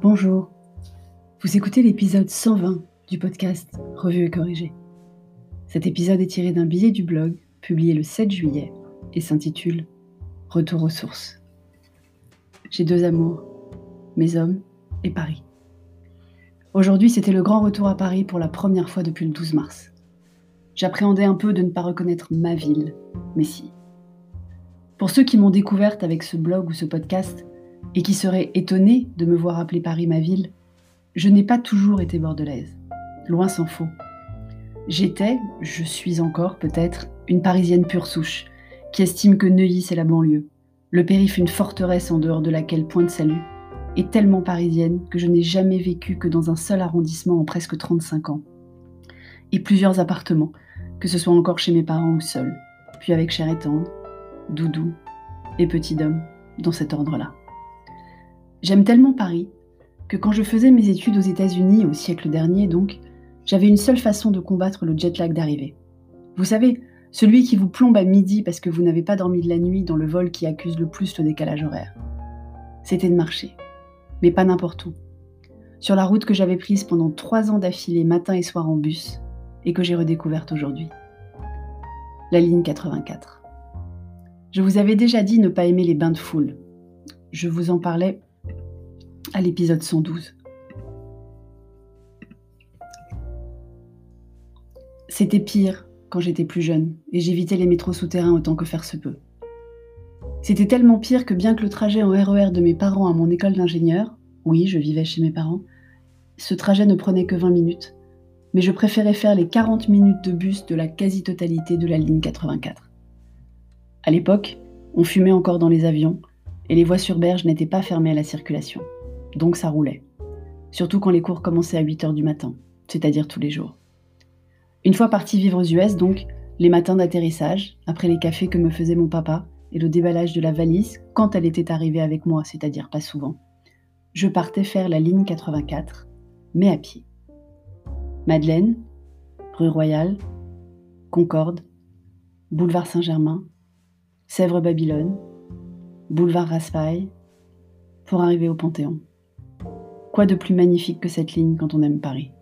Bonjour, vous écoutez l'épisode 120 du podcast Revue et corrigée. Cet épisode est tiré d'un billet du blog publié le 7 juillet et s'intitule « Retour aux sources ». J'ai deux amours, mes hommes et Paris. Aujourd'hui, c'était le grand retour à Paris pour la première fois depuis le 12 mars. J'appréhendais un peu de ne pas reconnaître ma ville, mais si. Pour ceux qui m'ont découverte avec ce blog ou ce podcast, et qui seraient étonnés de me voir appeler Paris ma ville, je n'ai pas toujours été bordelaise. Loin s'en faut. Je suis encore peut-être, une Parisienne pure souche, qui estime que Neuilly c'est la banlieue, le périph' une forteresse en dehors de laquelle point de salut, et tellement parisienne que je n'ai jamais vécu que dans un seul arrondissement en presque 35 ans. Et plusieurs appartements, que ce soit encore chez mes parents ou seul, puis avec Cher et Tendre, Doudou et Petit Dom, dans cet ordre-là. J'aime tellement Paris que quand je faisais mes études aux États-Unis, au siècle dernier donc, j'avais une seule façon de combattre le jet lag d'arrivée. Vous savez, celui qui vous plombe à midi parce que vous n'avez pas dormi de la nuit dans le vol qui accuse le plus le décalage horaire. C'était de marcher, mais pas n'importe où. Sur la route que j'avais prise pendant 3 ans d'affilée, matin et soir en bus, et que j'ai redécouverte aujourd'hui. La ligne 84. Je vous avais déjà dit ne pas aimer les bains de foule. Je vous en parlais à l'épisode 112. C'était pire quand j'étais plus jeune et j'évitais les métros souterrains autant que faire se peut. C'était tellement pire que bien que le trajet en RER de mes parents à mon école d'ingénieur, oui, je vivais chez mes parents, ce trajet ne prenait que 20 minutes, mais je préférais faire les 40 minutes de bus de la quasi-totalité de la ligne 84. À l'époque, on fumait encore dans les avions et les voies sur berge n'étaient pas fermées à la circulation. Donc ça roulait. Surtout quand les cours commençaient à 8h du matin, c'est-à-dire tous les jours. Une fois partie vivre aux US donc, les matins d'atterrissage, après les cafés que me faisait mon papa et le déballage de la valise quand elle était arrivée avec moi, c'est-à-dire pas souvent, je partais faire la ligne 84, mais à pied. Madeleine, rue Royale, Concorde, boulevard Saint-Germain, Sèvres-Babylone, boulevard Raspail, pour arriver au Panthéon. Quoi de plus magnifique que cette ligne quand on aime Paris?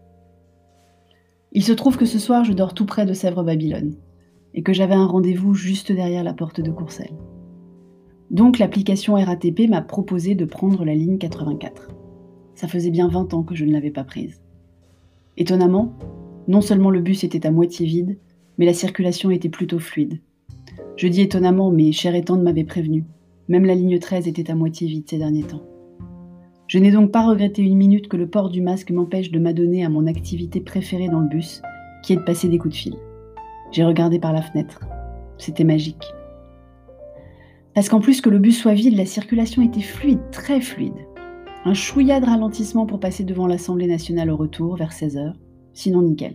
Il se trouve que ce soir, je dors tout près de Sèvres-Babylone et que j'avais un rendez-vous juste derrière la porte de Courcelles. Donc l'application RATP m'a proposé de prendre la ligne 84. Ça faisait bien 20 ans que je ne l'avais pas prise. Étonnamment, non seulement le bus était à moitié vide, mais la circulation était plutôt fluide. Je dis étonnamment, mais Cher et Tendre m'avait prévenu. Même la ligne 13 était à moitié vide ces derniers temps. Je n'ai donc pas regretté une minute que le port du masque m'empêche de m'adonner à mon activité préférée dans le bus, qui est de passer des coups de fil. J'ai regardé par la fenêtre. C'était magique. Parce qu'en plus que le bus soit vide, la circulation était fluide, très fluide. Un chouïa de ralentissement pour passer devant l'Assemblée nationale au retour, vers 16h, sinon nickel.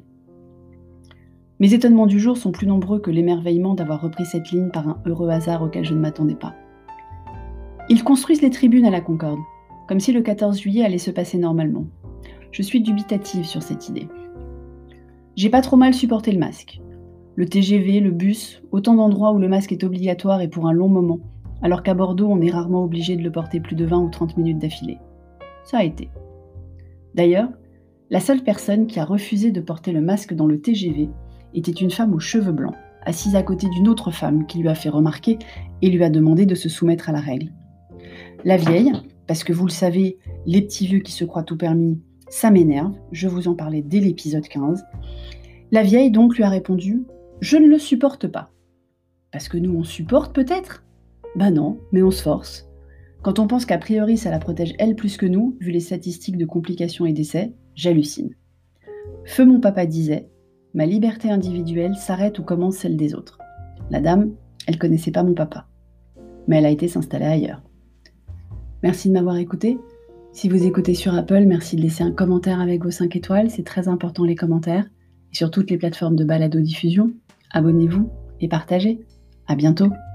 Mes étonnements du jour sont plus nombreux que l'émerveillement d'avoir repris cette ligne par un heureux hasard auquel je ne m'attendais pas. Ils construisent les tribunes à la Concorde, comme si le 14 juillet allait se passer normalement. Je suis dubitative sur cette idée. J'ai pas trop mal supporté le masque. Le TGV, le bus, autant d'endroits où le masque est obligatoire et pour un long moment, alors qu'à Bordeaux, on est rarement obligé de le porter plus de 20 ou 30 minutes d'affilée. Ça a été. D'ailleurs, la seule personne qui a refusé de porter le masque dans le TGV était une femme aux cheveux blancs, assise à côté d'une autre femme qui lui a fait remarquer et lui a demandé de se soumettre à la règle. La vieille, parce que vous le savez, les petits vieux qui se croient tout permis, ça m'énerve, je vous en parlais dès l'épisode 15. La vieille donc lui a répondu « Je ne le supporte pas ». Parce que nous on supporte peut-être ? Ben non, mais on se force. Quand on pense qu'a priori ça la protège elle plus que nous, vu les statistiques de complications et décès, j'hallucine. Feu mon papa disait « Ma liberté individuelle s'arrête où commence celle des autres ». La dame, elle connaissait pas mon papa. Mais elle a été s'installer ailleurs. Merci de m'avoir écouté. Si vous écoutez sur Apple, merci de laisser un commentaire avec vos 5 étoiles, c'est très important les commentaires. Et sur toutes les plateformes de balado-diffusion, abonnez-vous et partagez. À bientôt.